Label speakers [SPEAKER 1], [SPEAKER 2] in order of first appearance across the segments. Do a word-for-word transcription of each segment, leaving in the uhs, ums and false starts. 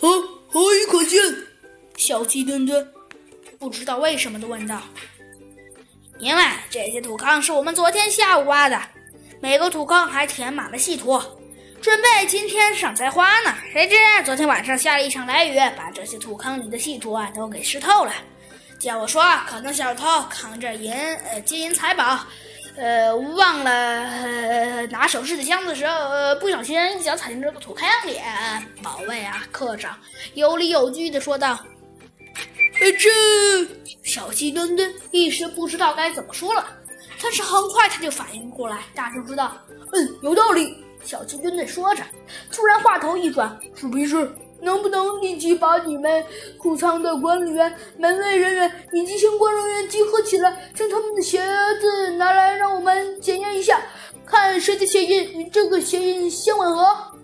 [SPEAKER 1] 啊，何以可见？小鸡墩墩不知道为什么的问道。因为这些土坑是我们昨天下午挖的，每个土坑还填满了细土，准备今天上菜花呢。谁知昨天晚上下了一场来雨，把这些土坑里的细土啊都给湿透了。叫我说，可能小偷扛着银呃金银财宝，呃忘了呃拿首饰的箱子的时候，呃不小心一脚踩进这个土坑里。保卫啊，科长有理有据的说道。呃，这小鸡墩墩一时不知道该怎么说了，但是很快他就反应过来，大声说道：“嗯，有道理。”小鸡墩墩说着，突然话头一转：“史皮士，能不能立即把你们库仓的管理员、门卫人员以及相关人员集合起来，将他们的鞋子拿来，让我们检验一下，看谁的鞋印与这个鞋印相吻合？”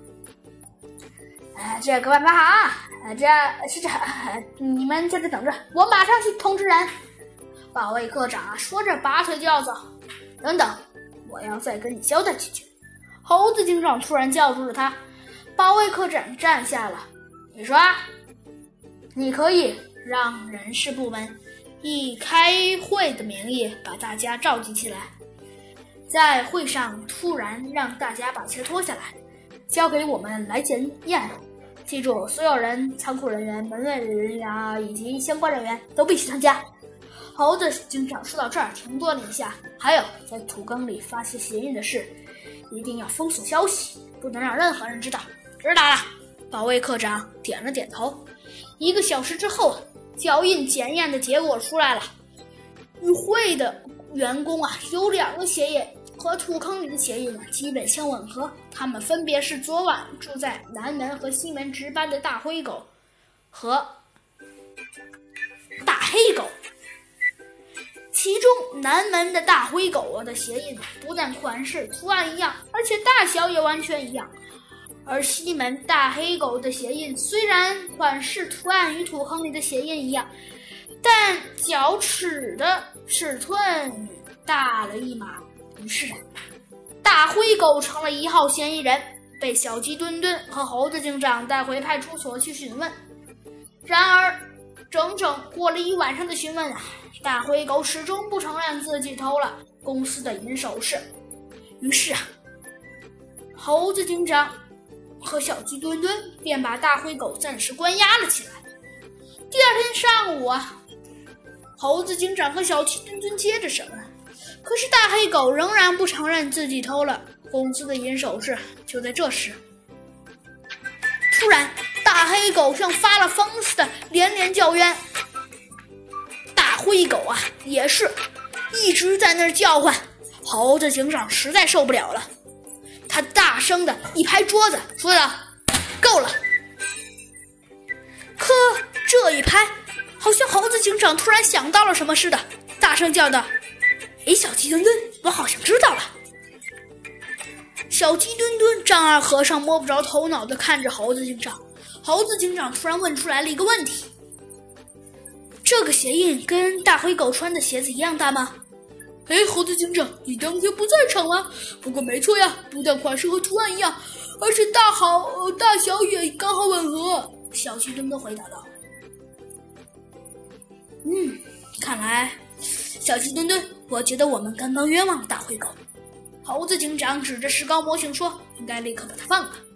[SPEAKER 1] 哎，这个办法好啊！这是这，你们在这等着，我马上去通知人。保卫科长啊，说着拔腿就要走。等等，我要再跟你交代几句。猴子警长突然叫住了他。保卫科长站下了。你说，你可以让人事部门以开会的名义把大家召集起来，在会上突然让大家把鞋脱下来，交给我们来检验。记住，所有人、仓库人员、门卫人员啊，以及相关人员都必须参加。猴子警长说到这儿停顿了一下，还有在土坑里发现鞋印的事，一定要封锁消息，不能让任何人知道。知道了。保卫科长点了点头。一个小时之后，脚印检验的结果出来了。与会的员工啊，有两个鞋印和土坑里的鞋印基本相吻合，他们分别是昨晚住在南门和西门值班的大灰狗和大黑狗。其中南门的大灰狗的鞋印不但款式图案一样，而且大小也完全一样。而西门大黑狗的鞋印虽然款式图案与土坑里的鞋印一样，但脚趾的尺寸大了一码。于是大灰狗成了一号嫌疑人，被小鸡墩墩和猴子警长带回派出所去询问。然而整整过了一晚上的询问啊，大灰狗始终不承认自己偷了公司的银首饰。于是啊，猴子警长和小鸡墩墩便把大灰狗暂时关押了起来。第二天上午啊，猴子警长和小鸡墩墩接着审问。可是大黑狗仍然不承认自己偷了公司的银首饰。就在这时，突然大黑狗像发了疯似的连连叫冤。大灰狗啊也是一直在那儿叫唤。猴子警长实在受不了了，他大声的一拍桌子说道：“够了！”可这一拍好像猴子警长突然想到了什么似的，大声叫道：“哎，小鸡墩墩，我好像知道了。”小鸡墩墩丈二和尚摸不着头脑地看着猴子警长。猴子警长突然问出来了一个问题：“这个鞋印跟大灰狗穿的鞋子一样大吗？”哎，猴子警长，你当天不在场吗？不过没错呀，不但款式和图案一样，而且大好大小也刚好吻合。小鸡墩墩回答道。嗯，看来小鸡墩墩，我觉得我们刚刚冤枉了大灰狗。猴子警长指着石膏模型说：“应该立刻把它放了。”